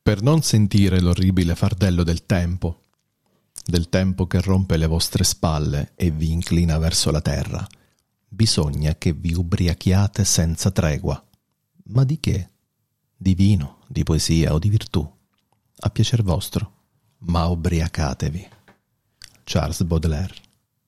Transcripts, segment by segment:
Per non sentire l'orribile fardello del tempo che rompe le vostre spalle e vi inclina verso la terra, bisogna che vi ubriachiate senza tregua. Ma di che? Di vino, di poesia o di virtù? A piacer vostro, ma ubriacatevi. Charles Baudelaire.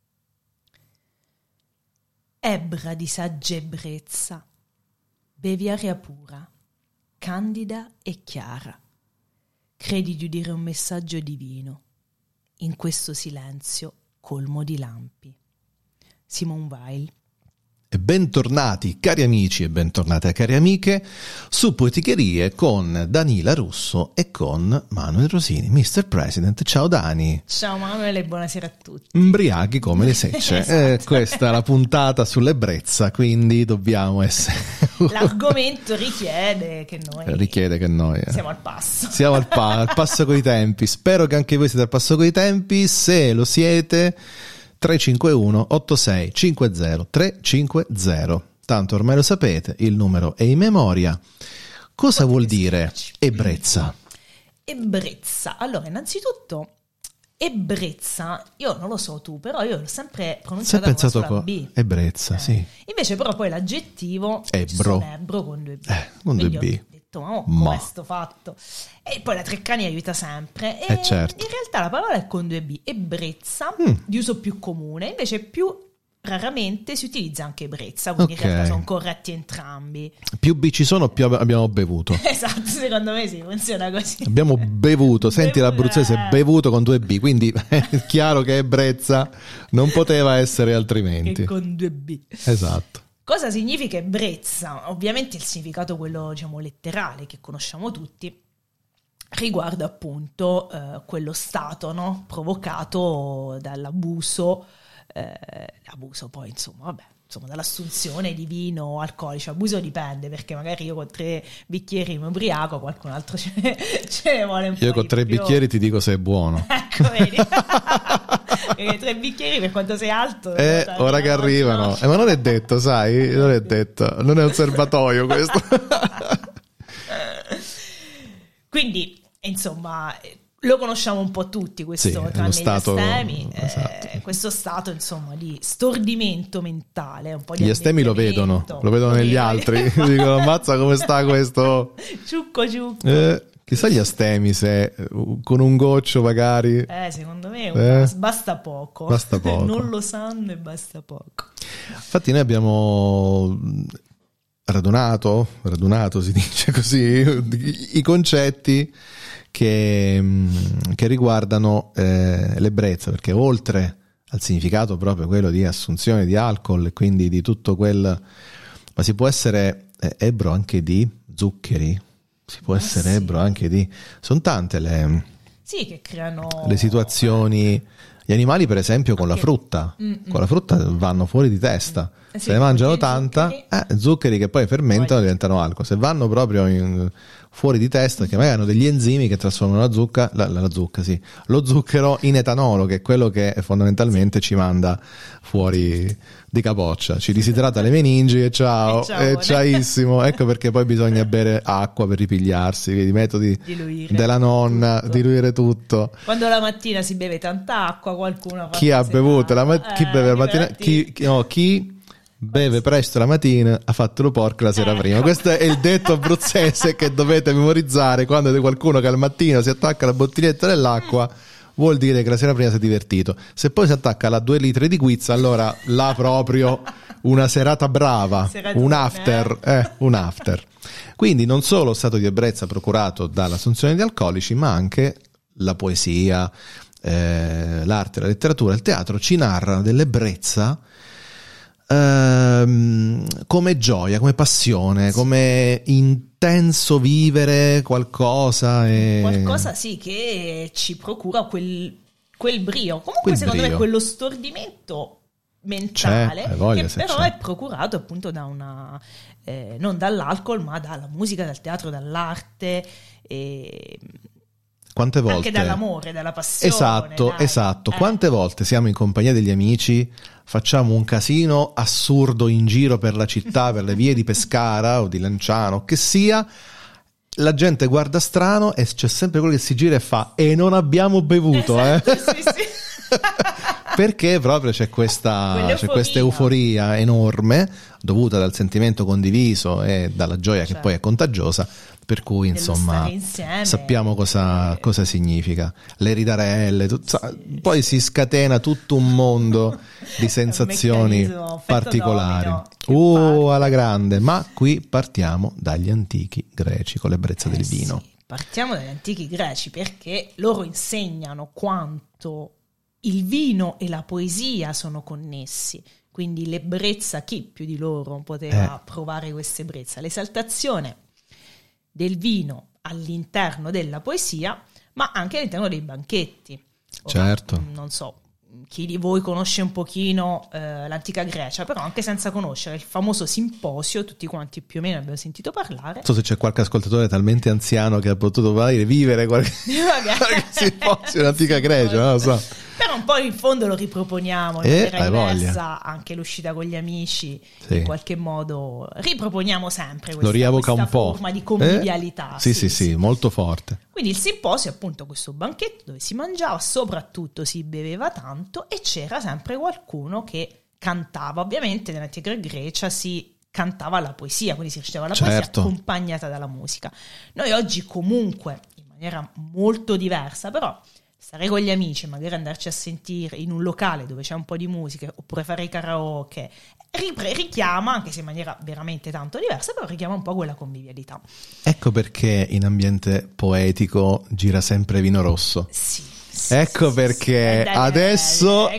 Ebbra di saggia ebbrezza, bevi aria pura, candida e chiara. Credi di udire un messaggio divino in questo silenzio colmo di lampi. Simone Weil. E bentornati cari amici e bentornate cari amiche su Poeticherie con Danila Russo e con Manuel Rosini. Mr. President, ciao Dani. Ciao Manuel e buonasera a tutti. Ubriachi come le secce. Esatto. Questa è la puntata sull'ebbrezza, quindi dobbiamo essere... L'argomento richiede che noi siamo al passo. Siamo al passo coi tempi. Spero che anche voi siete al passo coi tempi. Se lo siete... 351 86 50 350. Tanto ormai lo sapete, il numero è in memoria. Cosa vuol dire ebbrezza? Ebbrezza. Allora, innanzitutto, ebbrezza, io non lo so tu, però io l'ho sempre pronunciata con la sola B. Ebbrezza, sì. Invece però poi l'aggettivo ebbro con due B. Con due B. Ma com'è sto fatto? E poi la Treccani aiuta sempre e certo. In realtà la parola è con due B. Ebbrezza di uso più comune, invece più raramente si utilizza anche ebbrezza, quindi in realtà sono corretti entrambi. Più B ci sono, più abbiamo bevuto. Esatto, secondo me sì, funziona così. Abbiamo bevuto, senti l'abruzzese, bevuto con due B, quindi è chiaro che ebbrezza non poteva essere altrimenti. E con due B. Esatto. Cosa significa ebbrezza? Ovviamente il significato, quello diciamo letterale che conosciamo tutti, riguarda appunto quello stato, no? Provocato dall'abuso, l'abuso poi insomma dall'assunzione di vino o alcolici. Abuso dipende, perché magari io con 3 bicchieri mi ubriaco, qualcun altro ce ne vuole un po'. Io con 3 bicchieri ti dico se è buono. Ecco, vedi. 3 bicchieri per quanto sei alto. Ora che arrivano. Ma non è detto, sai? Non è detto. Non è un serbatoio questo. Quindi, insomma, lo conosciamo un po' tutti questo, sì, tranne gli astemi, esatto. Questo stato insomma di stordimento mentale, un po' di gli astemi lo vedono negli altri. Dicono, ammazza come sta questo ciucco. Chissà gli astemi se con un goccio magari secondo me basta poco. Non lo sanno e basta poco. Infatti noi abbiamo radunato si dice così, i concetti che riguardano l'ebbrezza, perché oltre al significato proprio quello di assunzione di alcol e quindi di tutto quel, ma si può essere ebbro anche di zuccheri, si può essere ebbro anche di, sono tante che creano le situazioni. Gli animali per esempio con la frutta vanno fuori di testa, se ne mangiano tanta, zuccheri che poi fermentano e diventano alcol. Se vanno proprio fuori di testa, che magari hanno degli enzimi che trasformano lo zucchero in etanolo, che è quello che fondamentalmente ci manda fuori di capoccia, ci disidrata le meningi e ciao, è ciaissimo. Ecco perché poi bisogna bere acqua per ripigliarsi, i metodi della nonna, diluire tutto. Quando la mattina si beve tanta acqua, qualcuno chi ha bevuto chi beve la mattina, chi beve presto la mattina ha fatto lo porco la sera prima. Questo è il detto abruzzese che dovete memorizzare quando c'è qualcuno che al mattino si attacca alla bottiglietta dell'acqua. Vuol dire che la sera prima si è divertito. Se poi si attacca alla 2 litri di guizza, allora là proprio una serata brava, un after. Quindi non solo stato di ebbrezza procurato dall'assunzione di alcolici, ma anche la poesia, l'arte, la letteratura, il teatro ci narrano dell'ebbrezza come gioia, come passione, come intenso vivere qualcosa che ci procura quel brio. Comunque secondo me quello stordimento mentale che però è procurato appunto da una non dall'alcol, ma dalla musica, dal teatro, dall'arte quante volte anche dall'amore, dalla passione. Esatto. Quante volte siamo in compagnia degli amici, facciamo un casino assurdo in giro per la città, per le vie di Pescara o di Lanciano, che sia, la gente guarda strano e c'è sempre quello che si gira e fa e non abbiamo bevuto, esatto, sì. Perché proprio c'è questa euforia enorme dovuta dal sentimento condiviso e dalla gioia che poi è contagiosa, per cui insomma sappiamo cosa significa le ridarelle, poi si scatena tutto un mondo di sensazioni particolari alla grande, ma qui partiamo dagli antichi greci con l'ebbrezza del vino. Sì. Partiamo dagli antichi greci perché loro insegnano quanto il vino e la poesia sono connessi, quindi l'ebbrezza, chi più di loro poteva provare questa ebbrezza? L'esaltazione del vino all'interno della poesia, ma anche all'interno dei banchetti. Certo. Non so chi di voi conosce un pochino l'antica Grecia, però anche senza conoscere il famoso simposio, tutti quanti più o meno abbiamo sentito parlare. Non so se c'è qualche ascoltatore talmente anziano che ha potuto vivere qualche simposio dell'antica Grecia, non lo so. Però un po' in fondo lo riproponiamo in maniera diversa, anche l'uscita con gli amici, in qualche modo riproponiamo sempre questa forma di convivialità. Sì, molto forte. Quindi il simposio è appunto questo banchetto dove si mangiava, soprattutto si beveva tanto e c'era sempre qualcuno che cantava. Ovviamente nell'antica Grecia si cantava la poesia, quindi si recitava la poesia accompagnata dalla musica. Noi oggi comunque, in maniera molto diversa, però stare con gli amici, magari andarci a sentire in un locale dove c'è un po' di musica, oppure fare i karaoke, richiama, anche se in maniera veramente tanto diversa, però richiama un po' quella convivialità. Ecco perché in ambiente poetico gira sempre vino rosso. Sì. Ecco perché adesso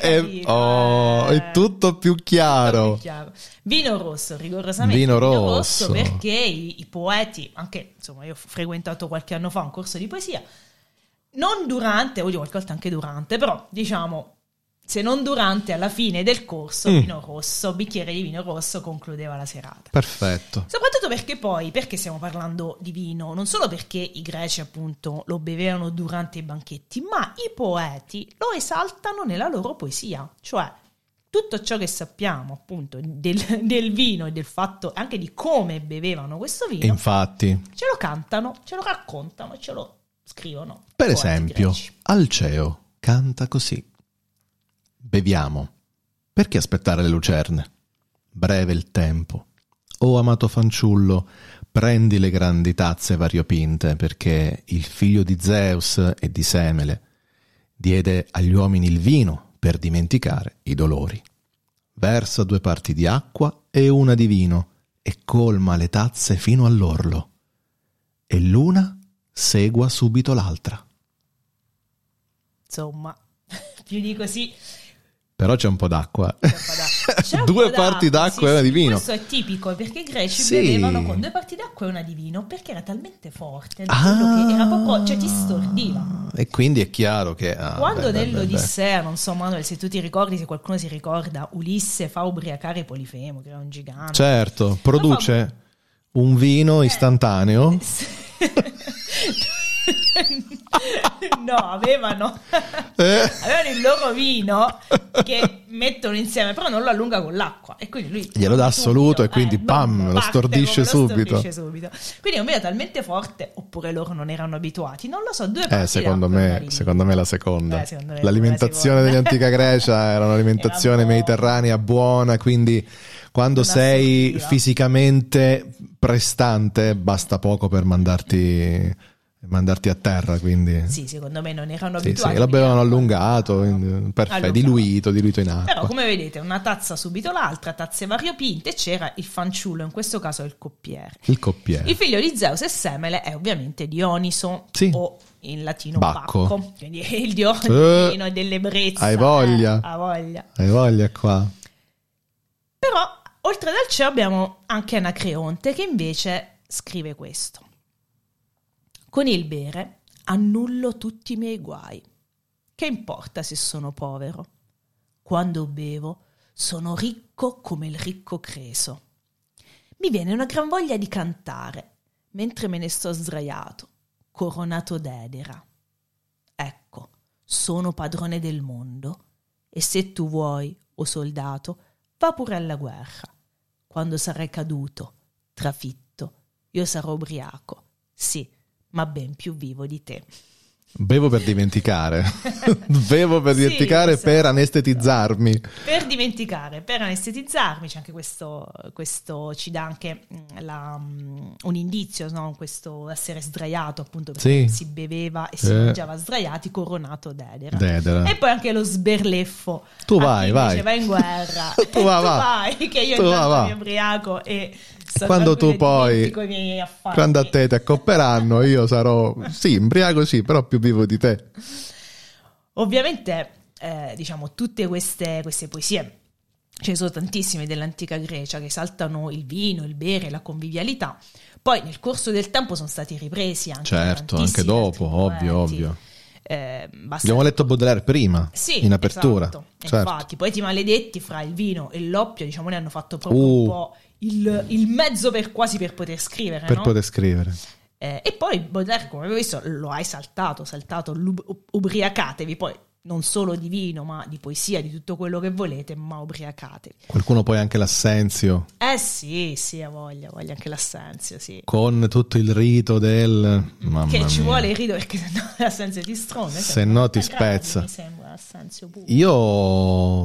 è tutto più chiaro. Vino rosso, rigorosamente vino rosso, perché i poeti, anche insomma io ho frequentato qualche anno fa un corso di poesia, non durante, o qualche volta anche durante, però diciamo, se non durante, alla fine del corso, vino rosso, bicchiere di vino rosso concludeva la serata. Perfetto. Soprattutto perché stiamo parlando di vino? Non solo perché i greci appunto lo bevevano durante i banchetti, ma i poeti lo esaltano nella loro poesia, cioè tutto ciò che sappiamo appunto del vino e del fatto anche di come bevevano questo vino. Infatti. Ce lo cantano, ce lo raccontano e ce lo scrivono. Per esempio, greci. Alceo canta così: beviamo, perché aspettare le lucerne? Breve il tempo. O amato fanciullo, prendi le grandi tazze variopinte, perché il figlio di Zeus e di Semele diede agli uomini il vino per dimenticare i dolori. Versa 2 parti di acqua e 1 di vino e colma le tazze fino all'orlo. E l'una segua subito l'altra. Insomma, più di così. Però c'è un po' d'acqua. 2 parti d'acqua e 1 di vino. Questo è tipico perché i greci bevevano con 2 parti d'acqua e 1 di vino perché era talmente forte che era proprio, cioè ti stordiva. E quindi è chiaro che quando nell'Odissea, non so Manuel se tu ti ricordi, se qualcuno si ricorda, Ulisse fa ubriacare Polifemo, che era un gigante. Certo, produce un vino istantaneo. No, avevano il loro vino che mettono insieme, però non lo allunga con l'acqua e quindi lui glielo dà assoluto e quindi lo stordisce subito. Quindi è un vino talmente forte, oppure loro non erano abituati, non lo so. 2 parti secondo me la seconda. L'alimentazione dell'antica Grecia era un'alimentazione mediterranea buona, quindi quando sei fisicamente prestante basta poco per mandarti a terra, quindi sì, secondo me non erano abituati. Sì, l'avevano allungato, perfetto, diluito in acqua. Però come vedete una tazza subito l'altra, tazze variopinte, c'era il fanciullo, in questo caso il coppiere. Il figlio di Zeus e Semele è ovviamente Dioniso, o in latino Bacco. Quindi è il dio e dell'ebbrezza. Hai voglia. Hai voglia qua. Però oltre ad Alceo abbiamo anche Anacreonte che invece scrive questo: con il bere annullo tutti i miei guai. Che importa se sono povero? Quando bevo sono ricco come il ricco Creso. Mi viene una gran voglia di cantare, mentre me ne sto sdraiato, coronato d'edera. Ecco, sono padrone del mondo, e se tu vuoi, o soldato, va pure alla guerra. Quando sarai caduto, trafitto, io sarò ubriaco, Sì, ma ben più vivo di te. Bevo per dimenticare. Bevo per dimenticare, esatto. per anestetizzarmi. Per dimenticare, per anestetizzarmi. C'è anche questo ci dà anche un indizio, no? Questo essere sdraiato, appunto, perché si beveva e si mangiava sdraiati, coronato dedera. E poi anche lo sberleffo. Tu vai in guerra. tu vai, che io intanto mi ubriaco e quando tu poi, quando a te ti accopperanno, io sarò imbriaco, però più vivo di te. Ovviamente, diciamo, tutte queste poesie, ce ne sono tantissime dell'antica Grecia che esaltano il vino, il bere, la convivialità. Poi nel corso del tempo sono stati ripresi anche anche dopo, ovvio. Abbiamo letto Baudelaire prima, in apertura. Esatto. Certo. Infatti, Poeti maledetti, fra il vino e l'oppio, diciamo, ne hanno fatto proprio un po' il mezzo per poter scrivere. Poter scrivere. E poi Baudelaire, come avevo visto, lo ha esaltato, ubriacatevi, poi non solo di vino, ma di poesia, di tutto quello che volete, ma ubriacatevi. Qualcuno poi anche l'Assenzio. Sì, ha voglia anche l'Assenzio, sì. Con tutto il rito del... che ci vuole il rito, perché sennò l'Assenzio ti stronda. Se no ti spezza. Mi sembra l'Assenzio puro. Io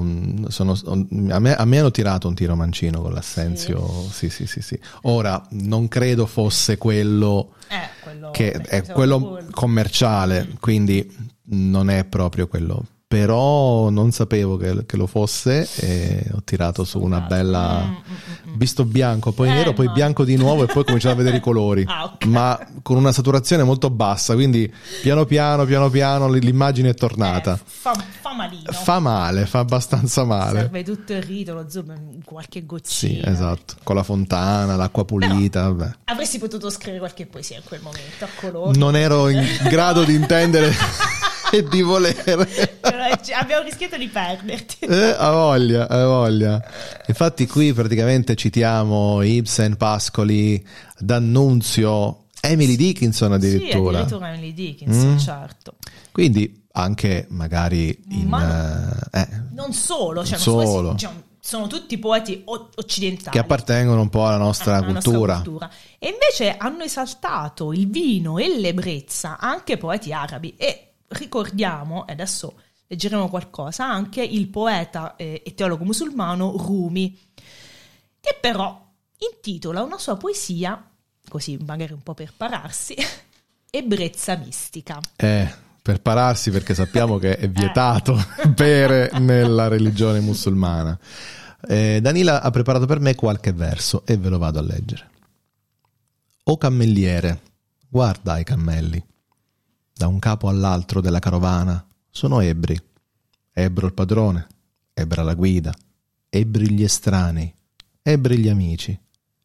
a me hanno tirato un tiro mancino con l'Assenzio. Sì. Ora, non credo fosse quello che è quello commerciale, quindi non è proprio quello, però non sapevo che lo fosse e ho tirato su una bella visto bianco, poi nero, poi bianco di nuovo e poi cominciato a vedere i colori, okay. Ma con una saturazione molto bassa, quindi piano piano l'immagine è tornata. Fa malino. Fa male, fa abbastanza male. Serve tutto il rito, lo zucchero, qualche goccina. Sì, esatto, con la fontana, l'acqua pulita. Vabbè. Avresti potuto scrivere qualche poesia in quel momento a colori. Non ero in grado di intendere e di volere. Abbiamo rischiato di perderti. Ha voglia. Infatti qui praticamente citiamo Ibsen, Pascoli, D'Annunzio, Emily Dickinson addirittura. Sì, addirittura Emily Dickinson, certo. Quindi anche magari non solo, sono tutti poeti occidentali che appartengono un po' alla nostra cultura. E invece hanno esaltato il vino e l'ebbrezza anche poeti arabi. E ricordiamo, e adesso leggeremo qualcosa, anche il poeta e teologo musulmano Rumi, che però intitola una sua poesia, così magari un po' per pararsi, Ebbrezza mistica. Per pararsi, perché sappiamo che è vietato bere nella religione musulmana. Danila ha preparato per me qualche verso e ve lo vado a leggere. O cammelliere, guarda i cammelli. Da un capo all'altro della carovana sono ebbri. Ebbro il padrone, ebbra la guida, ebbri gli estranei, ebbri gli amici.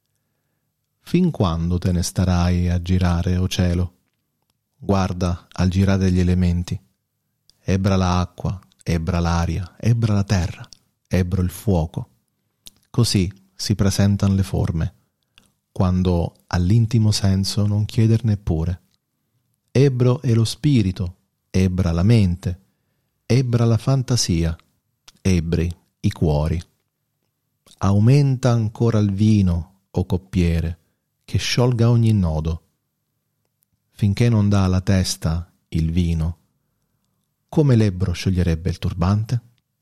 Fin quando te ne starai a girare, o cielo? Guarda al girare degli elementi. Ebbra l'acqua, ebbra l'aria, ebbra la terra, ebbro il fuoco. Così si presentano le forme, quando all'intimo senso non chieder neppure. Ebbro è lo spirito, ebbra la mente, ebbra la fantasia, ebbri i cuori. Aumenta ancora il vino, o coppiere, che sciolga ogni nodo. Finché non dà alla testa il vino, come l'ebbro scioglierebbe il turbante?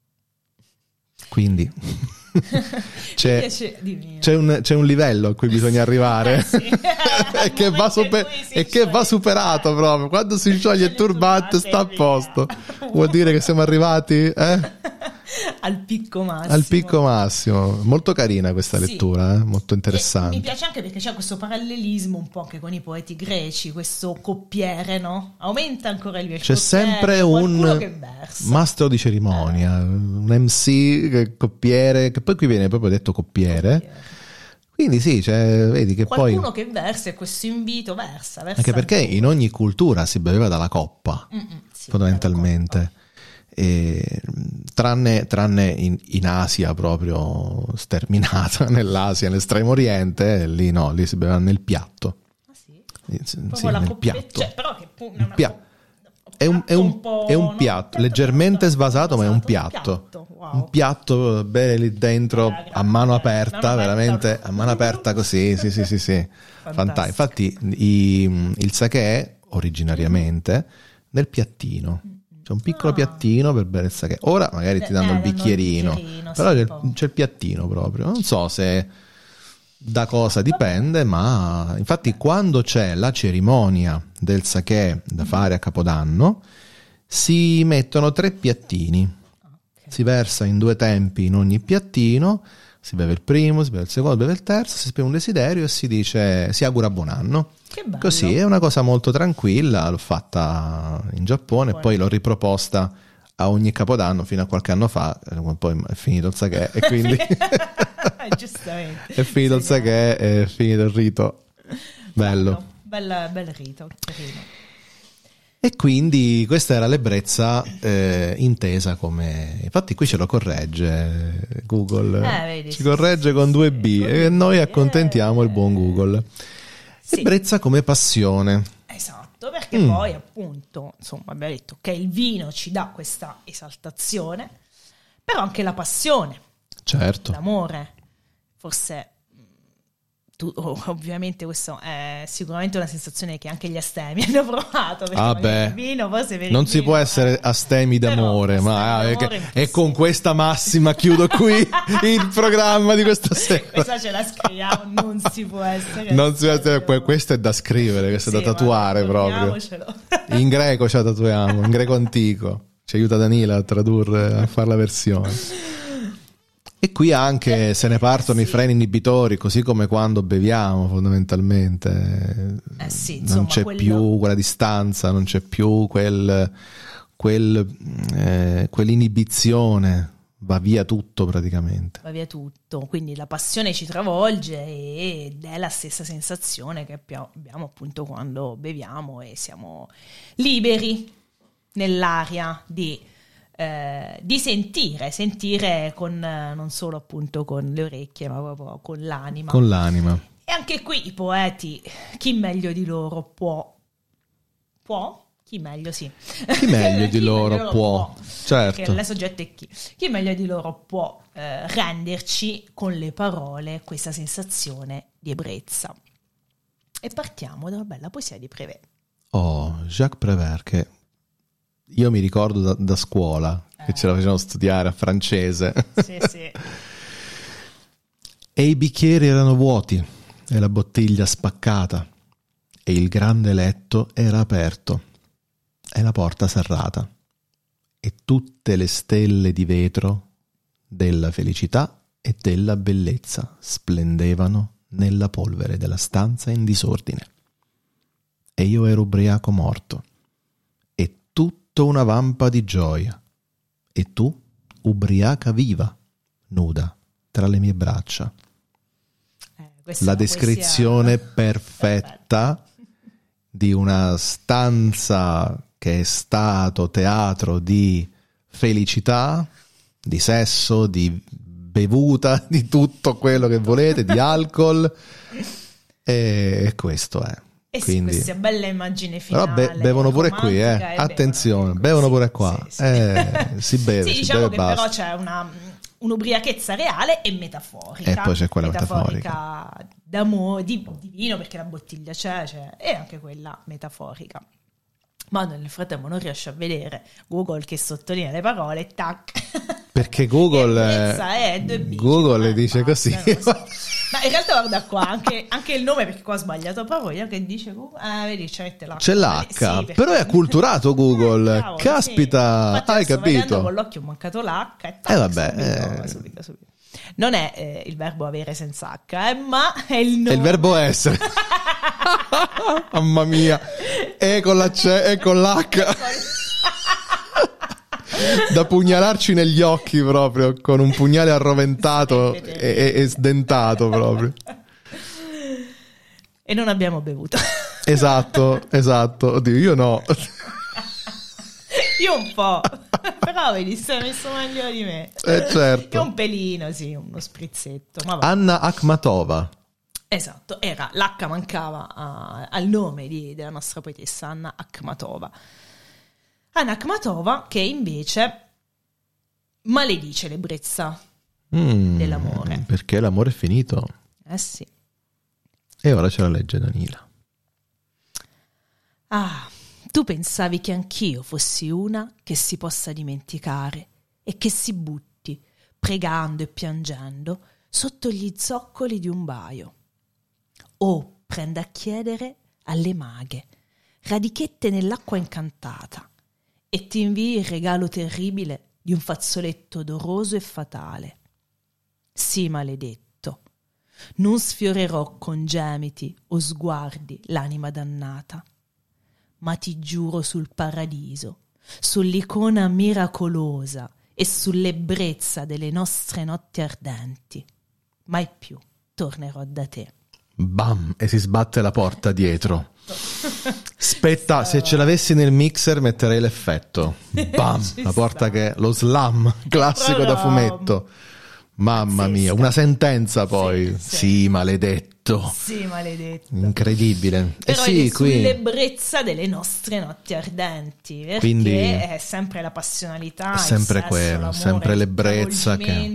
Quindi c'è un livello a cui bisogna arrivare e che va superato proprio. Quando si scioglie il turbante sta a posto. Vuol dire che siamo arrivati al picco massimo. Al picco massimo. Molto carina questa lettura, molto interessante. E mi piace anche perché c'è questo parallelismo un po' anche con i poeti greci, questo coppiere, no? Aumenta ancora il c'è sempre un mastro di cerimonia, un MC, coppiere, che poi qui viene proprio detto coppiere. Quindi sì, vedi che qualcuno che versa, e questo invito versa anche perché in ogni cultura si beveva dalla coppa, fondamentalmente. E tranne in Asia, proprio sterminata, nell'Asia, nell'estremo oriente, lì no, lì si beveva nel piatto. Sì, nel piatto. Cioè, però che è un piatto leggermente svasato, ma è un piatto. Wow. Un piatto bene lì dentro, a mano aperta, veramente a mano aperta così, sì. Fantastico. Infatti il sakè originariamente nel piattino. C'è un piccolo piattino per bere il sakè. Ora magari ti danno il bicchierino, però c'è il piattino proprio. Non so se da cosa dipende, ma infatti quando c'è la cerimonia del sakè da fare a Capodanno si mettono 3 piattini. Si versa in 2 tempi in ogni piattino, si beve il primo, si beve il secondo, si beve il terzo, si esprime un desiderio e si dice si augura buon anno. Che bello. Così è una cosa molto tranquilla, l'ho fatta in Giappone, poi l'ho riproposta a ogni Capodanno fino a qualche anno fa, poi è finito il sakè e quindi giustamente è finito il sakè, è finito il rito. Bello. Bel rito, carino. E quindi questa era l'ebbrezza intesa come... Infatti qui ce lo corregge Google, vedi, ci corregge con 2B e noi accontentiamo il buon Google. Sì. Ebbrezza come passione. Esatto, perché poi appunto, insomma, abbiamo detto che il vino ci dà questa esaltazione, però anche la passione, Certo. l'amore, forse... ovviamente questo è sicuramente una sensazione che anche gli astemi hanno provato, perché il vino, forse per non il si vino, può essere astemi d'amore, ma e con questa massima chiudo qui il programma di questa sera. Questa ce la scriviamo, non si può essere questo è da scrivere, questo è da tatuare proprio in greco, ce la tatuiamo in greco antico, ci aiuta Danila a tradurre, a fare la versione. E qui anche se ne partono i freni inibitori, così come quando beviamo fondamentalmente. Insomma, non c'è più quella distanza, non c'è più quell'inibizione, va via tutto praticamente. Va via tutto, quindi la passione ci travolge ed è la stessa sensazione che abbiamo appunto quando beviamo e siamo liberi nell'aria di sentire con non solo appunto con le orecchie, ma proprio con l'anima. Con l'anima. E anche qui i poeti, chi meglio di loro può? Chi meglio, sì. Chi meglio di loro può. Certo. Perché il soggetto è chi. Chi meglio di loro può renderci con le parole questa sensazione di ebbrezza. E partiamo da una bella poesia di Prévert. Jacques Prévert, che io mi ricordo da scuola che ce la facevano studiare a francese. Sì. E i bicchieri erano vuoti e la bottiglia spaccata e il grande letto era aperto e la porta serrata e tutte le stelle di vetro della felicità e della bellezza splendevano nella polvere della stanza in disordine e io ero ubriaco morto e tutta una vampa di gioia e tu ubriaca viva nuda tra le mie braccia. La descrizione perfetta di una stanza che è stato teatro di felicità, di sesso, di bevuta, di tutto quello che volete, di alcol, e questo è. Quindi, questa bella immagine finale. Però bevono pure qui, attenzione, bevono pure qua. Sì. Si beve, sì, si beve, che basta. però c'è un'ubriachezza reale e metaforica. E poi c'è quella metaforica d'amore, di vino, perché la bottiglia c'è, e anche quella metaforica. Ma nel frattempo non riesce a vedere Google che sottolinea le parole, tac. Perché Google le dice così. Ma in realtà guarda qua, anche il nome, perché qua ho sbagliato parola, che dice Google, vedi, c'è l'H. C'è l'H, sì, però è acculturato Google. Cavolo, caspita, sì. Hai capito? Con l'occhio ho mancato l'H e vabbè. Subito. Non è il verbo avere senza H, ma è il nome. È il verbo essere. Mamma mia. E con la C e con l'H. Da pugnalarci negli occhi proprio, con un pugnale arroventato e sdentato proprio. E non abbiamo bevuto. Esatto. Oddio, io no. Io un po'. Però vedi, sei messo meglio di me. Certo. Io un pelino, sì, uno sprizzetto. Ma Anna Akhmatova. Esatto, l'H mancava al nome della nostra poetessa Anna Akhmatova. Anna Akhmatova che invece maledice l'ebbrezza dell'amore. Perché l'amore è finito. Sì. E ora c'è la legge Danila. Ah, tu pensavi che anch'io fossi una che si possa dimenticare e che si butti, pregando e piangendo, sotto gli zoccoli di un baio. O prenda a chiedere alle maghe, radichette nell'acqua incantata, e ti invii il regalo terribile di un fazzoletto odoroso e fatale. Sì, maledetto, non sfiorerò con gemiti o sguardi l'anima dannata, ma ti giuro sul paradiso, sull'icona miracolosa e sull'ebbrezza delle nostre notti ardenti, mai più tornerò da te. Bam! E si sbatte la porta dietro. Aspetta, se ce l'avessi nel mixer metterei l'effetto. Bam! La porta che lo slam classico da fumetto. Mamma mia, una sentenza poi. Sì, maledetto. Sì, maledetto. Incredibile. Però sì, è sull'ebbrezza delle nostre notti ardenti, perché quindi è sempre la passionalità, è sempre il sesso, quello, l'amore, sempre l'ebbrezza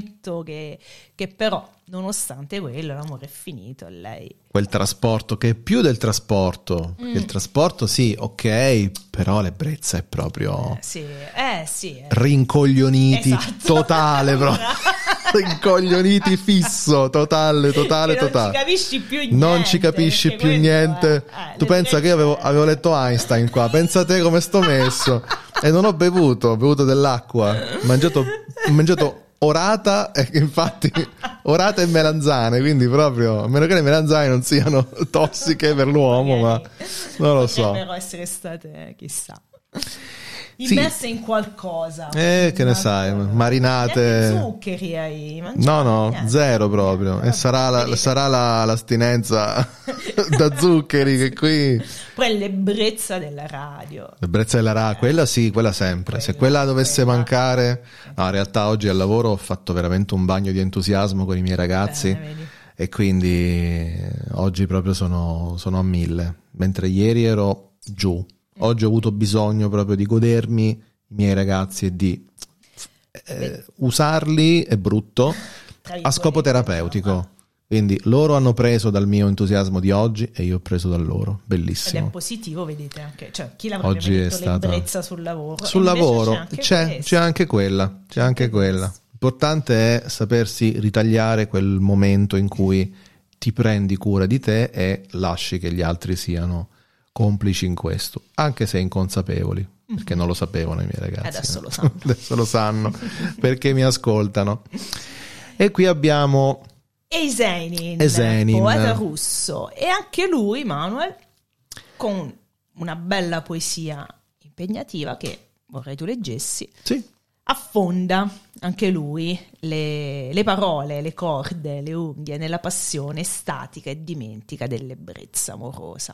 che però, nonostante quello, l'amore è finito e lei... Quel trasporto che è più del trasporto, perché il trasporto sì, ok, però l'ebbrezza è proprio sì. rincoglioniti, Esatto. totale proprio. Rincoglioniti fisso, totale. Non ci capisci più niente. Non ci capisci più niente. Tu pensa che io avevo letto Einstein qua, pensa te come sto messo. E non ho bevuto dell'acqua, ho mangiato orata, e infatti orata e melanzane, quindi proprio, a meno che le melanzane non siano tossiche per l'uomo, ma non lo so. Potrebbero essere state, chissà, immerse in qualcosa. Che ne sai, marinate. Neanche zuccheri hai mangiato? No, Niente. zero proprio. E sarà l'astinenza da zuccheri che qui... Poi l'ebbrezza della radio. L'ebbrezza della radio, quella sì, quella sempre. Se quella dovesse mancare... No, in realtà oggi al lavoro ho fatto veramente un bagno di entusiasmo con i miei ragazzi. Vedi. E quindi oggi proprio sono a 1000. Mentre ieri ero giù. Oggi ho avuto bisogno proprio di godermi i miei ragazzi e di usarli, è brutto, a scopo terapeutico. Quindi loro hanno preso dal mio entusiasmo di oggi e io ho preso dal loro. Bellissimo. Ed è positivo, vedete, anche, cioè, chi l'avrebbe Oggi è detto stata... l'ebbrezza sul lavoro? Sul lavoro c'è anche quella, c'è anche quella. L'importante è sapersi ritagliare quel momento in cui ti prendi cura di te e lasci che gli altri siano complici in questo, anche se inconsapevoli, perché non lo sapevano i miei ragazzi. Adesso lo sanno. Adesso lo sanno, perché mi ascoltano. E qui abbiamo Esenin, poeta russo, e anche lui, Manuel, con una bella poesia impegnativa che vorrei tu leggessi. Sì. Affonda anche lui le parole, le corde, le unghie nella passione statica e dimentica dell'ebbrezza amorosa.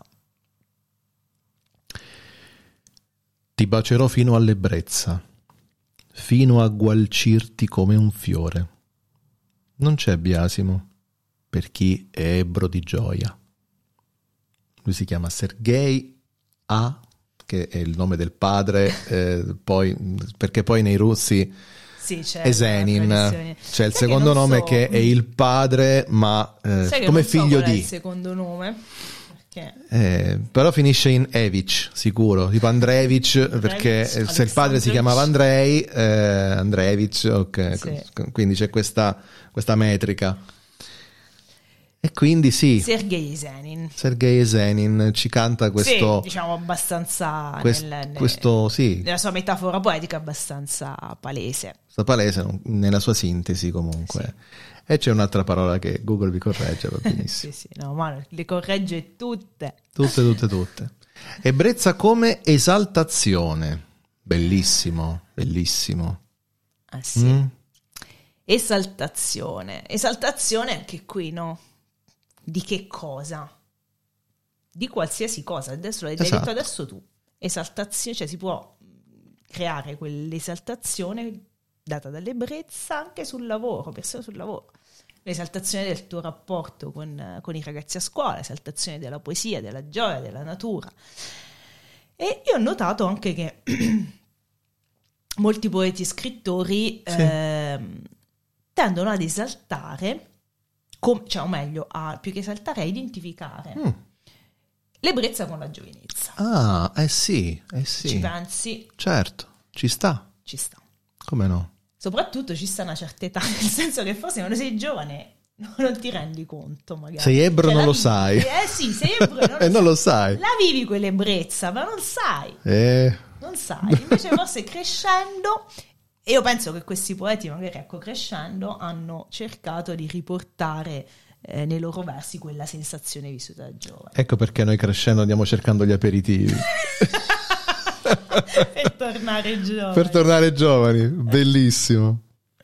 Ti bacerò fino all'ebbrezza, fino a gualcirti come un fiore. Non c'è biasimo per chi è ebbro di gioia. Lui si chiama Sergei A, che è il nome del padre, perché poi nei russi c'è Esenin, c'è il secondo nome che è il padre, ma come figlio di... il secondo nome? Però finisce in Evich, sicuro, tipo Andreevich, perché se il padre si chiamava Andrei, Andreevich, ok, sì. Quindi c'è questa metrica. E quindi sì, Sergei Esenin ci canta questo, sì, diciamo abbastanza questo sì, nella sua metafora poetica abbastanza palese. Nella sua sintesi comunque. Sì. E c'è un'altra parola che Google vi corregge, va benissimo. sì, no, ma le corregge tutte. Tutte. Ebbrezza come esaltazione. Bellissimo. Ah sì. Esaltazione anche qui, no? Di che cosa? Di qualsiasi cosa. Adesso l'hai detto adesso tu. Esaltazione, cioè si può creare quell'esaltazione data dall'ebbrezza anche sul lavoro, persino sul lavoro. L'esaltazione del tuo rapporto con i ragazzi a scuola, l'esaltazione della poesia, della gioia, della natura. E io ho notato anche che molti poeti e scrittori tendono ad esaltare, cioè o meglio, più che esaltare, a identificare l'ebbrezza con la giovinezza. Ah, sì. Ci pensi? Certo, ci sta. Ci sta. Come no? Soprattutto ci sta una certa età, nel senso che forse quando sei giovane non ti rendi conto, magari. Sei ebbro, non lo sai. Sì, sei ebbro non lo sai. La vivi quell'ebbrezza, ma non sai. Non sai. Invece forse crescendo, e io penso che questi poeti magari crescendo hanno cercato di riportare nei loro versi quella sensazione vissuta da giovane. Ecco perché noi crescendo andiamo cercando gli aperitivi. Per tornare giovani. Per tornare giovani, bellissimo.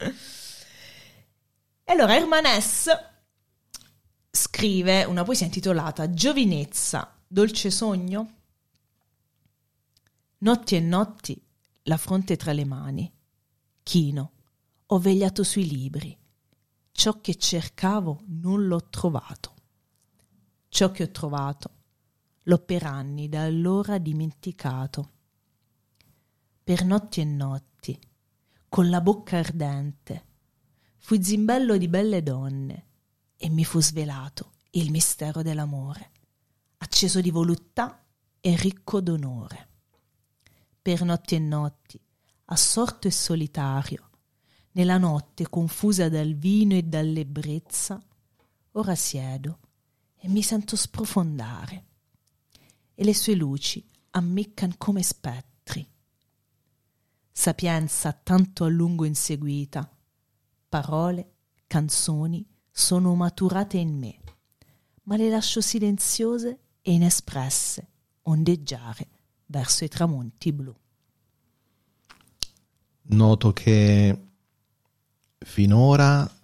Allora, Hermanès scrive una poesia intitolata Giovinezza, dolce sogno? Notti e notti, la fronte tra le mani, chino, ho vegliato sui libri. Ciò che cercavo non l'ho trovato. Ciò che ho trovato l'ho per anni da allora dimenticato. Per notti e notti, con la bocca ardente, fui zimbello di belle donne e mi fu svelato il mistero dell'amore, acceso di voluttà e ricco d'onore. Per notti e notti, assorto e solitario, nella notte confusa dal vino e dall'ebbrezza, ora siedo e mi sento sprofondare, e le sue luci ammiccan come spettri. Sapienza tanto a lungo inseguita, parole, canzoni sono maturate in me, ma le lascio silenziose e inespresse ondeggiare verso i tramonti blu. Noto che finora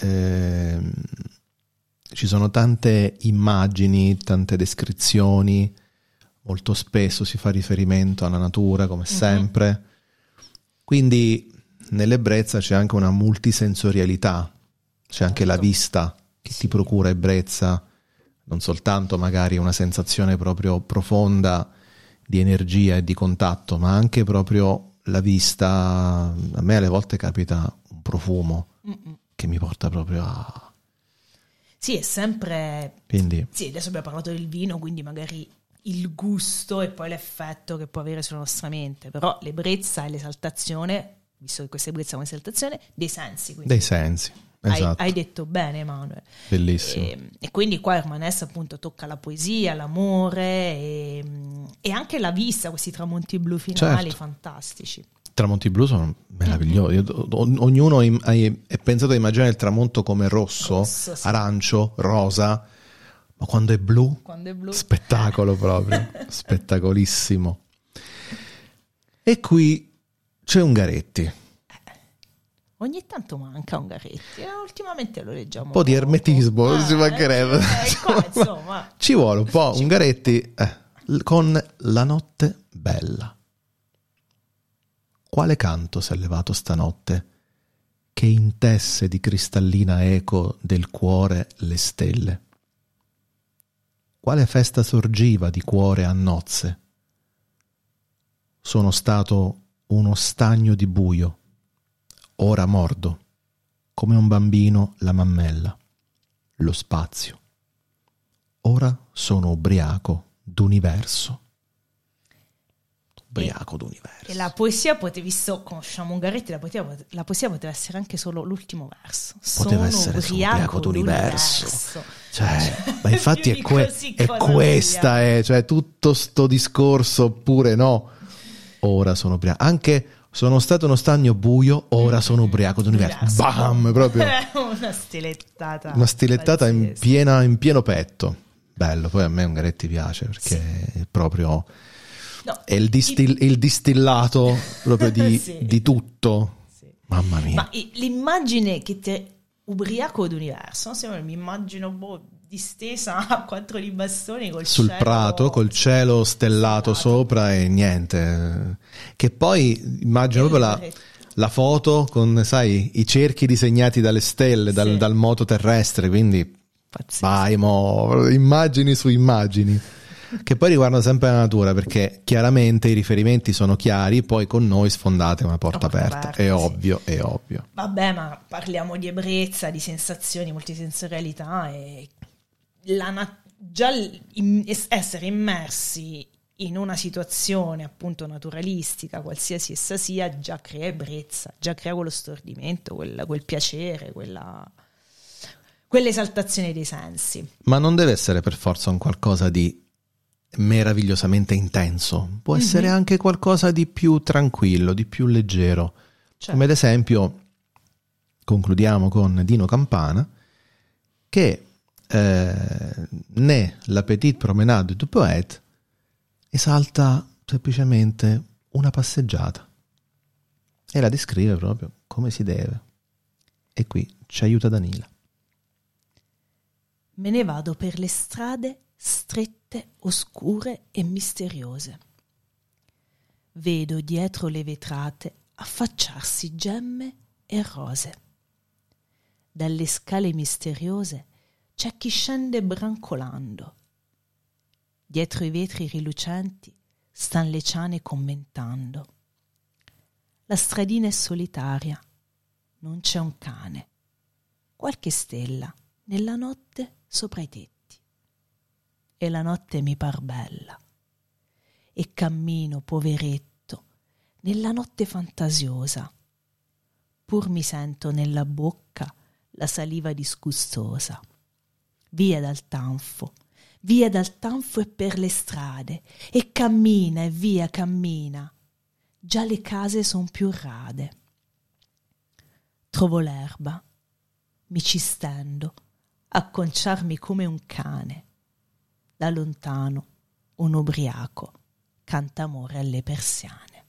ci sono tante immagini, tante descrizioni, molto spesso si fa riferimento alla natura come sempre, quindi nell'ebbrezza c'è anche una multisensorialità, c'è anche la vista che ti procura ebbrezza, non soltanto magari una sensazione proprio profonda di energia e di contatto, ma anche proprio la vista. A me alle volte capita un profumo che mi porta proprio a... Sì, è sempre... Quindi... Sì, adesso abbiamo parlato del vino, quindi magari il gusto e poi l'effetto che può avere sulla nostra mente, però l'ebbrezza è l'esaltazione, visto che questa ebbrezza è un'esaltazione, dei sensi. Quindi. Dei sensi, esatto. Hai detto bene, Emanuele. Bellissimo. E quindi qua Hermanès appunto tocca la poesia, l'amore e anche la vista, questi tramonti blu finali, certo. Fantastici. I tramonti blu sono meravigliosi. Ognuno è pensato a immaginare il tramonto come rosso sì. Arancio, rosa, ma quando è blu, spettacolo proprio, spettacolissimo. E qui c'è Ungaretti. Ogni tanto manca Ungaretti, ultimamente lo leggiamo. Un po' di ermetismo, si mancherebbe. Insomma. Ci vuole un po'. Ungaretti con La notte bella. Quale canto s'è levato stanotte che intesse di cristallina eco del cuore le stelle? Quale festa sorgiva di cuore a nozze? Sono stato uno stagno di buio, ora mordo, come un bambino la mammella, lo spazio. Ora sono ubriaco d'universo. Ubriaco d'universo. E la poesia, visto conosciamo Ungaretti, la poesia poteva essere anche solo l'ultimo verso. Poteva essere solo ubriaco d'universo. Ma infatti è questa, cioè tutto sto discorso, oppure no. Ora sono ubriaco. Anche sono stato uno stagno buio, ora sono ubriaco d'universo. Bam! Proprio. Una stilettata in pieno petto. Bello, poi a me Ungaretti piace perché è proprio... No, è il distillato proprio di tutto. Sì. Mamma mia. Ma l'immagine che ti ubriaco d'universo, mi immagino distesa a 4 di bastoni sul cielo, prato, col cielo stellato sopra e niente. Che poi immagino proprio la foto con, sai, i cerchi disegnati dalle stelle, dal moto terrestre, quindi vai, immagini su immagini. che poi riguardano sempre la natura, perché chiaramente i riferimenti sono chiari, poi con noi sfondate una porta aperta, è ovvio, è ovvio. Vabbè, ma parliamo di ebbrezza, di sensazioni, multisensorialità e essere immersi in una situazione appunto naturalistica, qualsiasi essa sia, già crea ebbrezza, già crea quello stordimento, quel piacere, quell'esaltazione dei sensi. Ma non deve essere per forza un qualcosa di meravigliosamente intenso, può essere anche qualcosa di più tranquillo, di più leggero. Certo. Come ad esempio, concludiamo con Dino Campana, che né la petite promenade du poète esalta semplicemente una passeggiata e la descrive proprio come si deve. E qui ci aiuta Danila. Me ne vado per le strade strette, oscure e misteriose. Vedo dietro le vetrate affacciarsi gemme e rose. Dalle scale misteriose c'è chi scende brancolando. Dietro i vetri rilucenti stan le ciane commentando. La stradina è solitaria, non c'è un cane. Qualche stella nella notte sopra i tetti. E la notte mi par bella. E cammino, poveretto, nella notte fantasiosa. Pur mi sento nella bocca la saliva disgustosa. Via dal tanfo e per le strade, e cammina e via cammina, già le case son più rade. Trovo l'erba, mi ci stendo, a conciarmi come un cane. Da lontano un ubriaco canta amore alle persiane.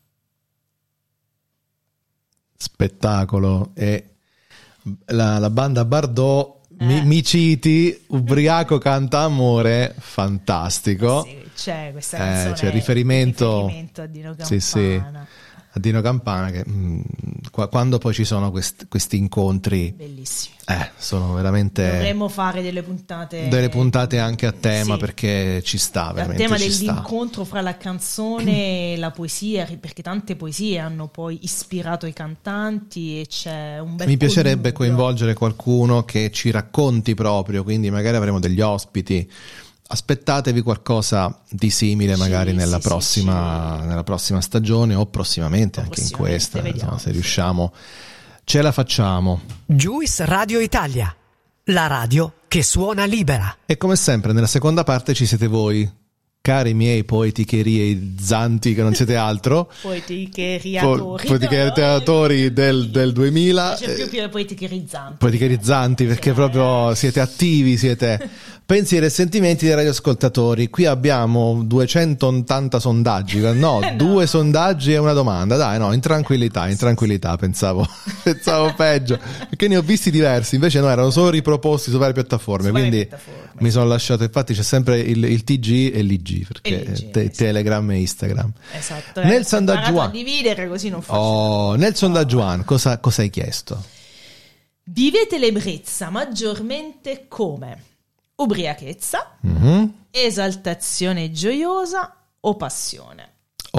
Spettacolo. E la banda Bardot, mi citi, ubriaco canta amore, fantastico. Sì, c'è questa canzone, c'è riferimento a Dino Campana. Sì, a Dino Campana, che quando poi ci sono questi incontri bellissimi, sono veramente, dovremmo fare delle puntate anche a tema, sì, perché ci sta veramente, il tema ci dell'incontro fra la canzone e la poesia, perché tante poesie hanno poi ispirato i cantanti e c'è un bel mi piacerebbe connubio. Coinvolgere qualcuno che ci racconti proprio, quindi magari avremo degli ospiti. Aspettatevi qualcosa di simile magari nella prossima stagione o prossimamente anche in questa, insomma, se riusciamo ce la facciamo. Juice Radio Italia, la radio che suona libera. E come sempre nella seconda parte ci siete voi, cari miei poeticherizzanti, che non siete altro. Poeticheriatori del 2000. C'è più poeticherizzanti. Poeticherizzanti, perché proprio siete attivi, siete pensieri e sentimenti dei radioascoltatori. Qui abbiamo 280 sondaggi, no, 2 sondaggi e una domanda. Dai, no, in tranquillità, pensavo peggio, perché ne ho visti diversi, invece no, erano solo riproposti su varie piattaforme, quindi mi sono lasciato, infatti c'è sempre il TG e l'IG, perché Telegram e Instagram. Esatto. Nel sondaggio a dividere, così non faccio. Nel sondaggio cosa hai chiesto? Vivete l'ebbrezza maggiormente come ubriachezza, esaltazione gioiosa o passione?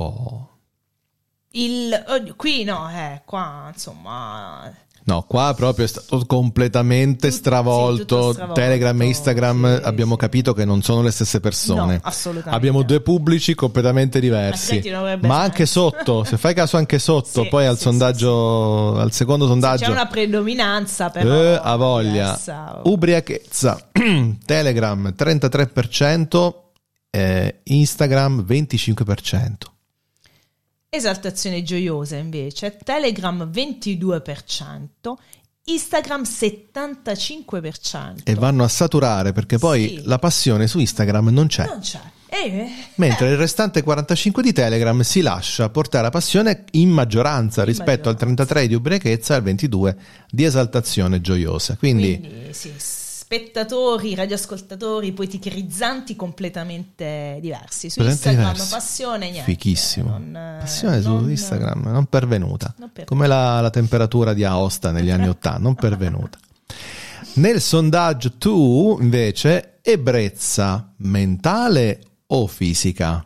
Qui no, qua insomma. No, qua proprio è stato completamente stravolto. Tutto stravolto. Telegram e Instagram, sì, abbiamo capito che non sono le stesse persone. No, assolutamente. Abbiamo 2 pubblici completamente diversi. Ma anche sotto, se fai caso anche sotto, poi al sondaggio, al secondo sondaggio. C'è una predominanza però. A voglia. Diversa. Ubriachezza. Telegram 33%, Instagram 25%. Esaltazione gioiosa invece, Telegram 22%, Instagram 75%. E vanno a saturare, perché poi la passione su Instagram non c'è. Mentre il restante 45% di Telegram si lascia portare a passione in maggioranza rispetto al 33% di ubriachezza e al 22% di esaltazione gioiosa. Quindi sì, spettatori, radioascoltatori, poeticherizzanti completamente diversi. Su Instagram passione, niente. Fichissimo. Passione su Instagram non pervenuta. Come la temperatura di Aosta negli anni 80, non pervenuta. Nel sondaggio tu invece ebbrezza mentale o fisica?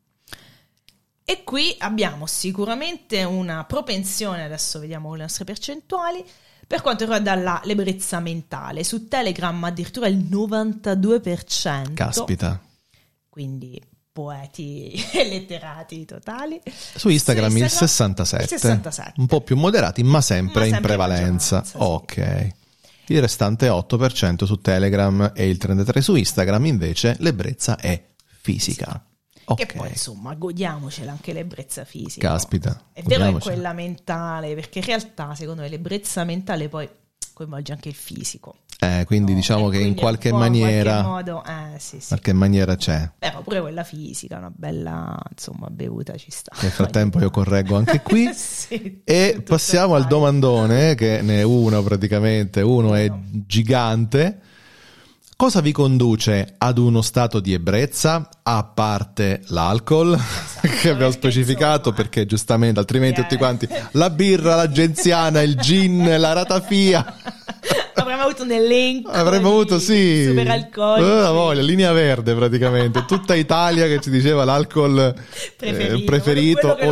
E qui abbiamo sicuramente una propensione, adesso vediamo le nostre percentuali, per quanto riguarda l'ebbrezza mentale. Su Telegram addirittura il 92%. Caspita. Quindi poeti e letterati totali. Su Instagram il 67. Il 67. Un po' più moderati, ma sempre in prevalenza. Sì. Ok. Il restante 8% su Telegram e il 33% su Instagram, invece l'ebbrezza è fisica. Che poi insomma godiamocela anche l'ebbrezza fisica. Caspita. È vero che quella mentale, perché in realtà secondo me l'ebbrezza mentale poi coinvolge anche il fisico. Quindi diciamo che in qualche maniera, qualche maniera c'è. Però pure quella fisica, una bella insomma bevuta ci sta. Nel frattempo io correggo anche qui. Sì, e passiamo al domandone, che ne è uno praticamente, uno è gigante. Cosa vi conduce ad uno stato di ebbrezza, a parte l'alcol, che abbiamo specificato, perché giustamente altrimenti tutti quanti la birra, la genziana, il gin, la ratafia. Avremmo avuto un elenco. Avremmo avuto, sì, super alcolici. La voglia, linea verde praticamente. Tutta Italia che ci diceva l'alcol preferito o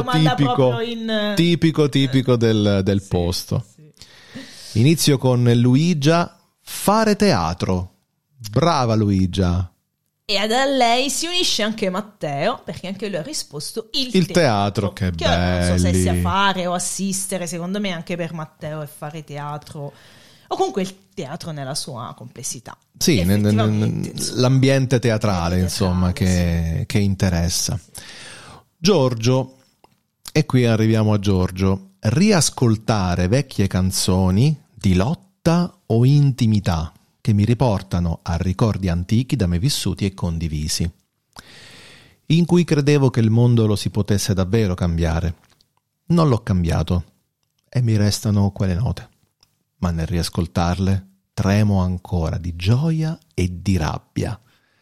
tipico del posto. Sì. Inizio con Luigia. Fare teatro. Brava Luigia. E a lei si unisce anche Matteo, perché anche lui ha risposto il teatro. Che bello. Non so se sia fare o assistere, secondo me anche per Matteo è fare teatro, o comunque il teatro nella sua complessità. Sì, l'ambiente teatrale, insomma, che interessa. Giorgio, e qui arriviamo a Giorgio. Riascoltare vecchie canzoni di lotta o intimità che mi riportano a ricordi antichi da me vissuti e condivisi, in cui credevo che il mondo lo si potesse davvero cambiare. Non l'ho cambiato e mi restano quelle note, ma nel riascoltarle tremo ancora di gioia e di rabbia.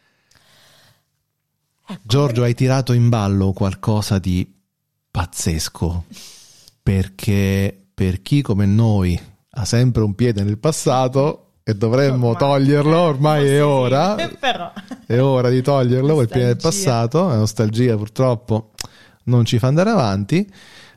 Giorgio, hai tirato in ballo qualcosa di pazzesco, perché per chi come noi ha sempre un piede nel passato e dovremmo toglierlo, ormai è ora, però. È ora di toglierlo, quel piede del passato, la nostalgia purtroppo non ci fa andare avanti.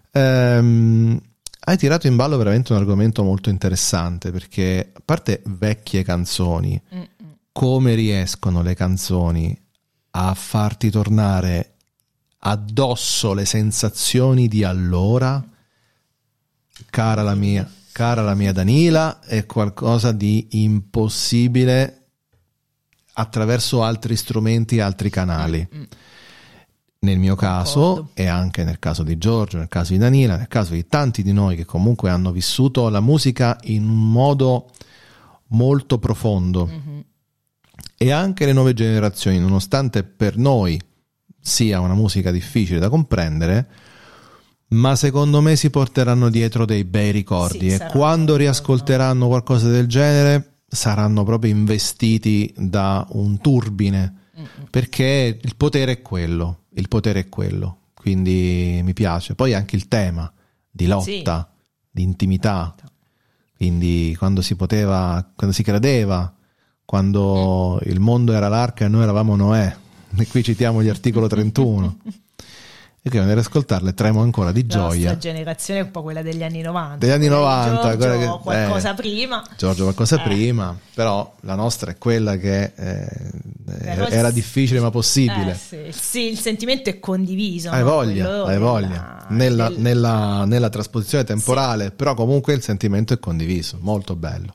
Hai tirato in ballo veramente un argomento molto interessante, perché a parte vecchie canzoni, come riescono le canzoni a farti tornare addosso le sensazioni di allora, cara la mia Danila, è qualcosa di impossibile attraverso altri strumenti, altri canali. Nel mio caso, e anche nel caso di Giorgio, nel caso di Danila, nel caso di tanti di noi che comunque hanno vissuto la musica in un modo molto profondo, e anche le nuove generazioni, nonostante per noi sia una musica difficile da comprendere, ma secondo me si porteranno dietro dei bei ricordi, e quando riascolteranno qualcosa del genere saranno proprio investiti da un turbine, perché il potere è quello, quindi mi piace. Poi anche il tema di lotta, di intimità, quindi quando si credeva, quando il mondo era l'arca e noi eravamo Noè, e qui citiamo gli articolo 31. E che nel ascoltarle tremo ancora di gioia. La nostra generazione è un po' quella degli anni 90. Degli anni 90. Giorgio qualcosa prima. Giorgio qualcosa prima, però la nostra è quella che era difficile ma possibile. Sì, il sentimento è condiviso. Hai voglia. Nella trasposizione temporale, però comunque il sentimento è condiviso, molto bello.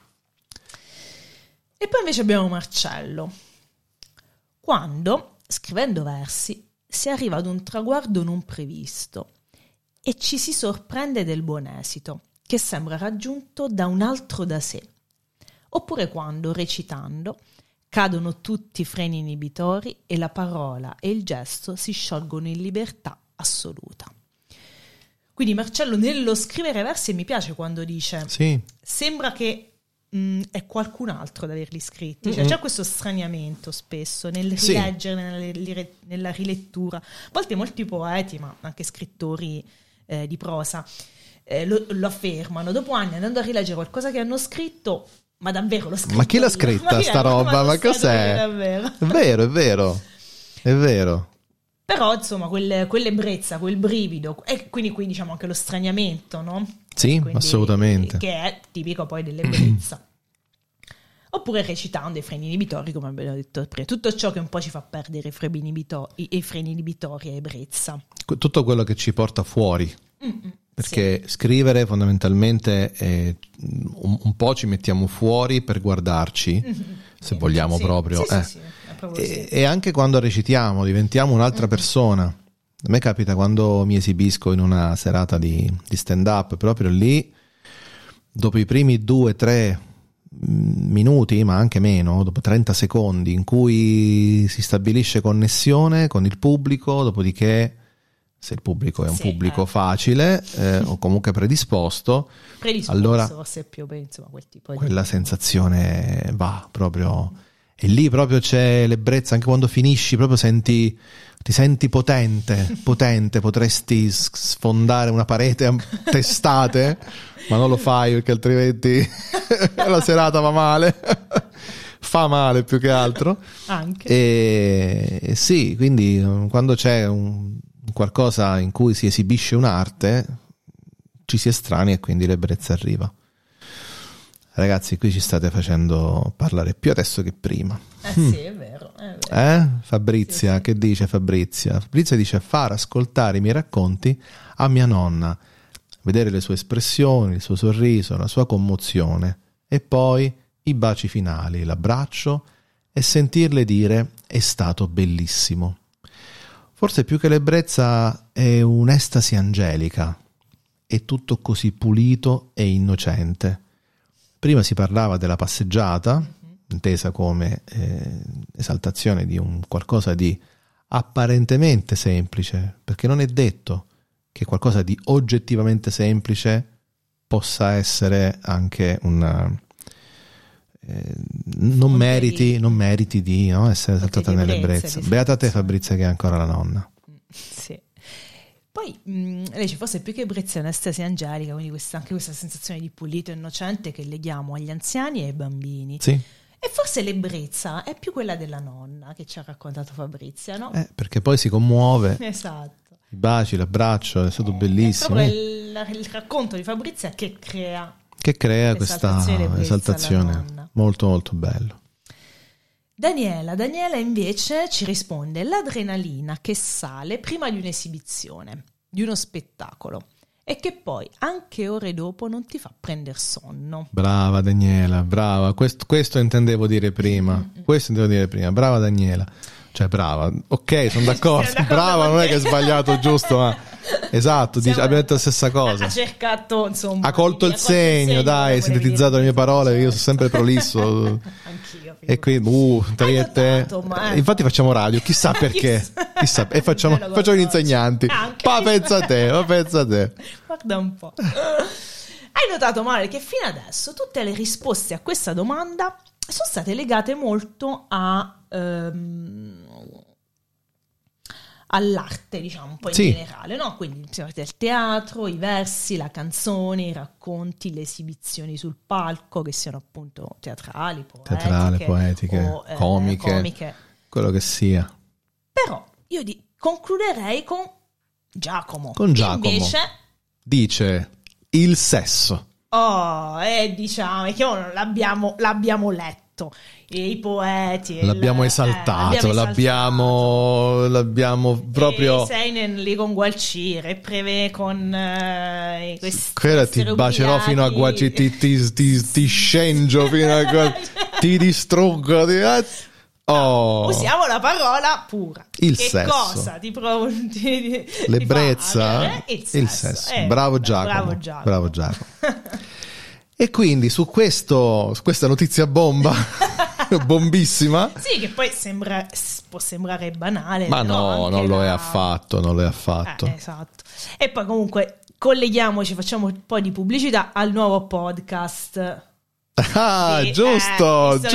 E poi invece abbiamo Marcello. Quando, scrivendo versi, si arriva ad un traguardo non previsto e ci si sorprende del buon esito, che sembra raggiunto da un altro da sé. Oppure quando, recitando, cadono tutti i freni inibitori e la parola e il gesto si sciolgono in libertà assoluta. Quindi Marcello nello scrivere versi, mi piace quando dice sembra che è qualcun altro ad averli scritti, cioè c'è questo straniamento spesso nel rileggere, nella rilettura. A volte molti poeti, ma anche scrittori di prosa lo affermano dopo anni, andando a rileggere qualcosa che hanno scritto, ma davvero l'ho scritto? Ma chi l'ha scritta sta roba? Ma cos'è? Davvero. È vero. È vero. Però insomma quell'ebbrezza, quel brivido e quindi qui diciamo anche lo straniamento, no? Sì, Quindi, assolutamente. che è tipico poi dell'ebbrezza. Oppure recitando i freni inibitori, come abbiamo detto prima, tutto ciò che un po' ci fa perdere i freni inibitori e ebbrezza. Tutto quello che ci porta fuori. Perché scrivere fondamentalmente è, un po' ci mettiamo fuori per guardarci, se vogliamo proprio. Sì, è proprio sì. E anche quando recitiamo diventiamo un'altra persona. A me capita quando mi esibisco in una serata di stand-up, proprio lì, dopo i primi 2-3 minuti, ma anche meno, dopo 30 secondi in cui si stabilisce connessione con il pubblico, dopodiché se il pubblico è un pubblico facile o comunque predisposto, allora forse più insomma, quel tipo quella sensazione va proprio, e lì proprio c'è l'ebbrezza, anche quando finisci proprio ti senti potente, potresti sfondare una parete a testate, ma non lo fai perché altrimenti la serata va male. Fa male più che altro. Anche. E sì, quindi quando c'è qualcosa in cui si esibisce un'arte, ci si estranea e quindi l'ebbrezza arriva. Ragazzi, qui ci state facendo parlare più adesso che prima. Sì, è vero. Fabrizia, sì. Che dice Fabrizia? Fabrizia dice: far ascoltare i miei racconti a mia nonna, vedere le sue espressioni, il suo sorriso, la sua commozione e poi i baci finali, l'abbraccio e sentirle dire è stato bellissimo. Forse più che l'ebbrezza è un'estasi angelica, è tutto così pulito e innocente. Prima si parlava della passeggiata, intesa come esaltazione di un qualcosa di apparentemente semplice, perché non è detto che qualcosa di oggettivamente semplice possa essere anche non meriti di essere esaltata nell'ebbrezza. Beata te, Fabrizia, che è ancora la nonna. Sì. Poi lei ci fosse più che ebbrezza è un'estasi angelica, quindi anche questa sensazione di pulito e innocente che leghiamo agli anziani e ai bambini. Sì. E forse l'ebbrezza è più quella della nonna che ci ha raccontato Fabrizia, no? Perché poi si commuove. Esatto. I baci, l'abbraccio, è stato bellissimo. È proprio il racconto di Fabrizia che crea questa esaltazione. Molto molto bello. Daniela invece ci risponde: l'adrenalina che sale prima di un'esibizione, di uno spettacolo, e che poi anche ore dopo non ti fa prendere sonno. Brava Daniela, brava, questo intendevo dire prima. Brava Daniela. Cioè brava, ok, sono d'accordo. Brava non è che è sbagliato, giusto, ma esatto, abbiamo detto la stessa cosa. Ha cercato, insomma, ha colto il segno, dai, hai sintetizzato le mie parole, io sono sempre prolisso. Anch'io. E qui, tra e te. Infatti facciamo radio, chissà perché. Chissà, e facciamo gli insegnanti. Ma pensa a te. Guarda un po'. Hai notato, Male, che fino adesso tutte le risposte a questa domanda sono state legate molto all'arte, diciamo, un po' in generale, no? Quindi si parla del teatro, i versi, la canzone, i racconti, le esibizioni sul palco, che siano appunto teatrali, poetiche, o, comiche, quello che sia. Però io concluderei con Giacomo. Invece dice il sesso. Diciamo che l'abbiamo letto. I poeti l'abbiamo esaltato, l'abbiamo proprio. Sei con Gualcire, preve con quella ti bacerò fino a ti scengio fino a ti distruggo. Usiamo la parola pura. Il sesso. Cosa l'ebbrezza, il sesso. Bravo Giacomo. E quindi su questa notizia bomba, bombissima. Sì, che poi può sembrare banale. Ma no, non lo è affatto. Esatto. E poi comunque colleghiamoci, facciamo un po' di pubblicità al nuovo podcast. Giusto.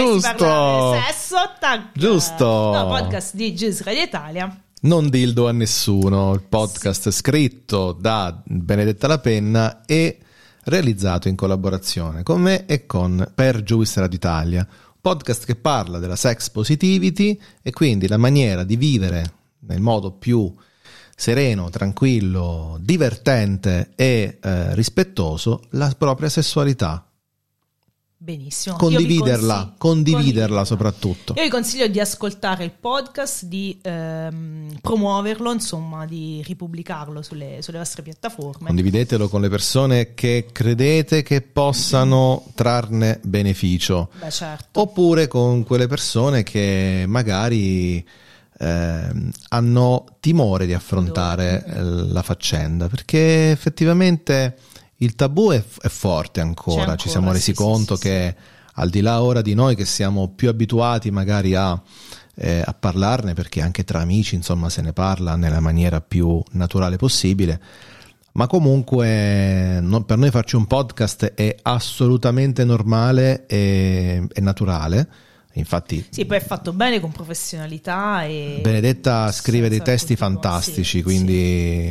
Giusto. No, podcast di Juice Radio Italia. Non dildo a nessuno, il podcast scritto da Benedetta La Penna e realizzato in collaborazione con me e per Juice Radio Italia. podcast che parla della sex positivity e quindi la maniera di vivere nel modo più sereno, tranquillo, divertente e rispettoso la propria sessualità. Benissimo. Condividerla soprattutto. Io vi consiglio di ascoltare il podcast, di promuoverlo, insomma, di ripubblicarlo sulle vostre piattaforme. Condividetelo con le persone che credete che possano trarne beneficio. Beh, certo. Oppure con quelle persone che magari hanno timore di affrontare la faccenda, perché effettivamente il tabù è forte ancora. Ci siamo resi conto che al di là ora di noi che siamo più abituati magari a parlarne, perché anche tra amici insomma se ne parla nella maniera più naturale possibile, ma comunque per noi farci un podcast è assolutamente normale e naturale. Infatti sì, poi è fatto bene, con professionalità, e Benedetta scrive dei testi fantastici, quindi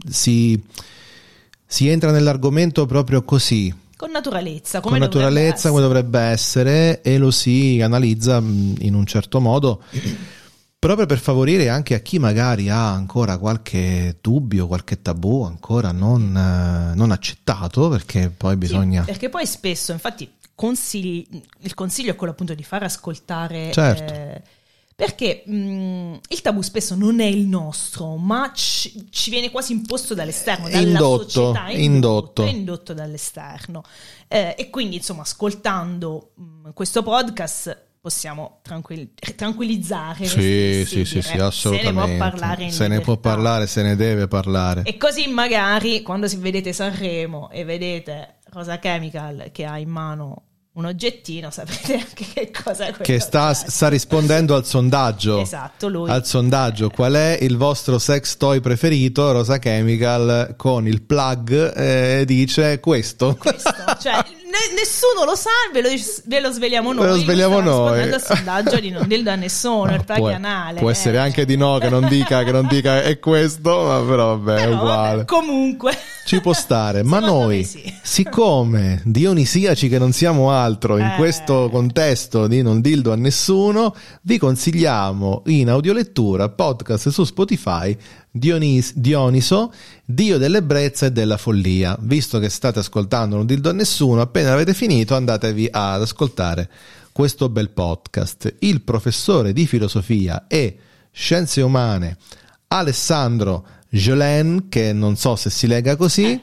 si entra nell'argomento proprio così, con naturalezza, come dovrebbe essere, e lo si analizza in un certo modo, proprio per favorire anche a chi magari ha ancora qualche dubbio, qualche tabù ancora non accettato, perché poi bisogna... Perché poi spesso, infatti, il consiglio è quello appunto di far ascoltare... Certo. Perché il tabù spesso non è il nostro, ma ci viene quasi imposto dall'esterno, dalla società, indotto dall'esterno. E quindi, insomma, ascoltando questo podcast possiamo tranquillizzare. Sì, assolutamente. Se ne può parlare, se ne deve parlare. E così magari quando vedete Sanremo e vedete Rosa Chemical che ha in mano un oggettino, sapete anche che cosa è quello. Che sta rispondendo al sondaggio. Esatto, lui. Al sondaggio. Qual è il vostro sex toy preferito? Rosa Chemical con il plug dice questo. Cioè nessuno lo sa, ve lo sveliamo noi. Ve lo sveliamo noi. Rispondendo al sondaggio di non dirlo a nessuno, il canale. Può essere anche di no, che non dica è questo, ma però vabbè, è uguale. Vabbè, comunque ci può stare, ma noi, siccome dionisiaci che non siamo altro in questo contesto di non dildo a nessuno, vi consigliamo in audiolettura podcast su Spotify Dioniso, Dio dell'ebbrezza e della follia. Visto che state ascoltando Non dildo a nessuno, appena avete finito andatevi ad ascoltare questo bel podcast. Il professore di filosofia e scienze umane Alessandro Jolain, che non so se si lega così,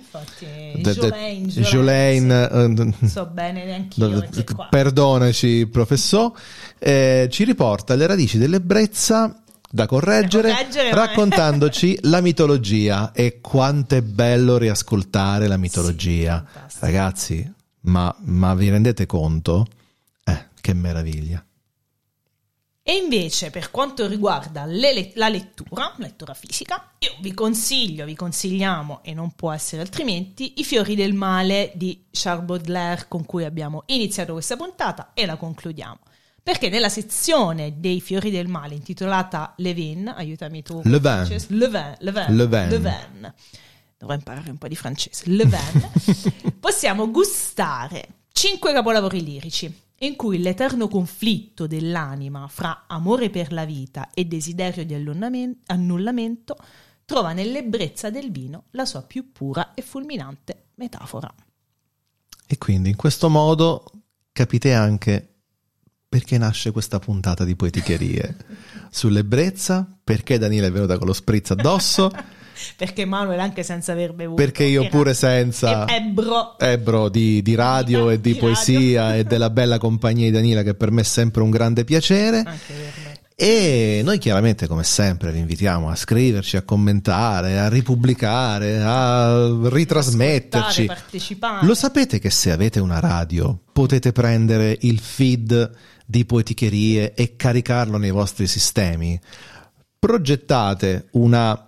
Jolain, so bene neanch'io, perdonaci professor, ci riporta alle radici dell'ebbrezza da correggere raccontandoci la mitologia. E quanto è bello riascoltare la mitologia, ragazzi, ma vi rendete conto? Che meraviglia. E invece, per quanto riguarda la lettura fisica, io vi consigliamo, e non può essere altrimenti, I fiori del male di Charles Baudelaire, con cui abbiamo iniziato questa puntata e la concludiamo. Perché nella sezione dei fiori del male intitolata Le Vin, aiutami tu. Le Vin. Dovrò imparare un po' di francese. Le Vin. Possiamo gustare 5 capolavori lirici in cui l'eterno conflitto dell'anima fra amore per la vita e desiderio di annullamento trova nell'ebbrezza del vino la sua più pura e fulminante metafora. E quindi in questo modo capite anche perché nasce questa puntata di Poeticherie. Sull'ebbrezza, perché Daniela è venuta con lo spritz addosso, perché Manuel, anche senza aver bevuto, perché io pure senza ebbro di radio e di poesia e della bella compagnia di Daniela, che per me è sempre un grande piacere. Anche per me. E noi chiaramente, come sempre, vi invitiamo a scriverci, a commentare, a ripubblicare, a ritrasmetterci. Partecipare. Lo sapete che se avete una radio potete prendere il feed di Poeticherie e caricarlo nei vostri sistemi? Progettate una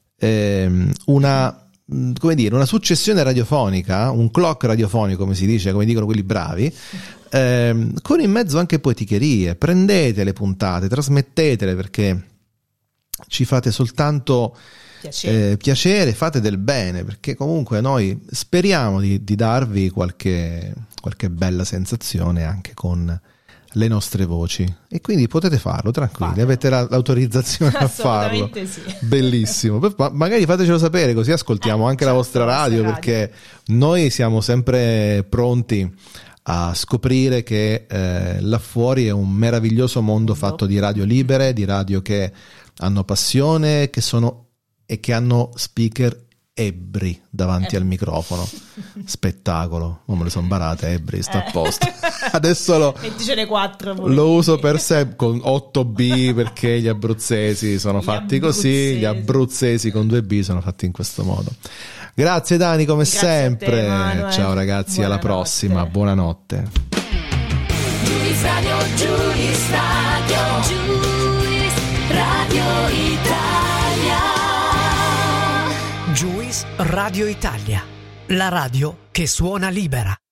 successione radiofonica, un clock radiofonico, come si dice, come dicono quelli bravi, con in mezzo anche Poeticherie. Prendete le puntate, trasmettetele, perché ci fate soltanto piacere, fate del bene, perché comunque noi speriamo di darvi qualche bella sensazione anche con le nostre voci, e quindi potete farlo tranquilli, avete l'autorizzazione a farlo. Sì. Bellissimo. Magari fatecelo sapere, così ascoltiamo anche la vostra radio, perché noi siamo sempre pronti a scoprire che là fuori è un meraviglioso mondo fatto di radio libere, di radio che hanno passione, e che hanno speaker ebbri davanti al microfono. Spettacolo. Non me le sono barate, ebbri, sta a posto. Adesso metticene 4 lo uso per sé con 8B, perché gli abruzzesi sono fatti così, gli abruzzesi con 2B sono fatti in questo modo. Grazie Dani, come sempre. Ciao ragazzi, alla prossima, buonanotte. Juice Radio, Juice Radio, Juice Radio Italia. Juice Radio Italia, la radio che suona libera.